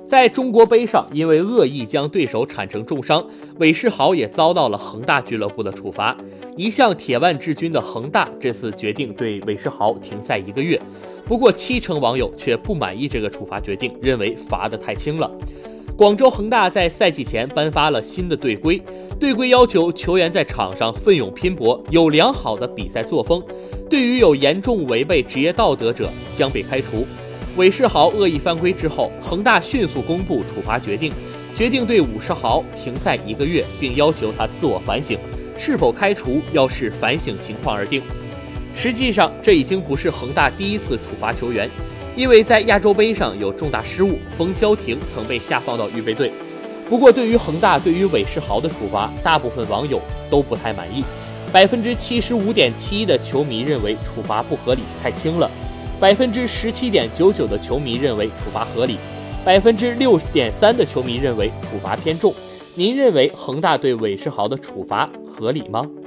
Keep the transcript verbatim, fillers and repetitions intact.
在中国杯上，因为恶意将对手铲成重伤，韦世豪也遭到了恒大俱乐部的处罚。一向铁腕治军的恒大这次决定对韦世豪停赛一个月，不过七成网友却不满意这个处罚决定，认为罚得太轻了。广州恒大在赛季前颁发了新的队规，队规要求球员在场上奋勇拼搏，有良好的比赛作风，对于有严重违背职业道德者将被开除。韦世豪恶意犯规之后，恒大迅速公布处罚决定，决定对韦世豪停赛一个月，并要求他自我反省，是否开除要视反省情况而定。实际上，这已经不是恒大第一次处罚球员，因为在亚洲杯上有重大失误，冯潇霆曾被下放到预备队。不过，对于恒大对于韦世豪的处罚，大部分网友都不太满意，百分之七十五点七一的球迷认为处罚不合理，太轻了。百分之十七点九九的球迷认为处罚合理，百分之六点三的球迷认为处罚偏重。您认为恒大对韦世豪的处罚合理吗？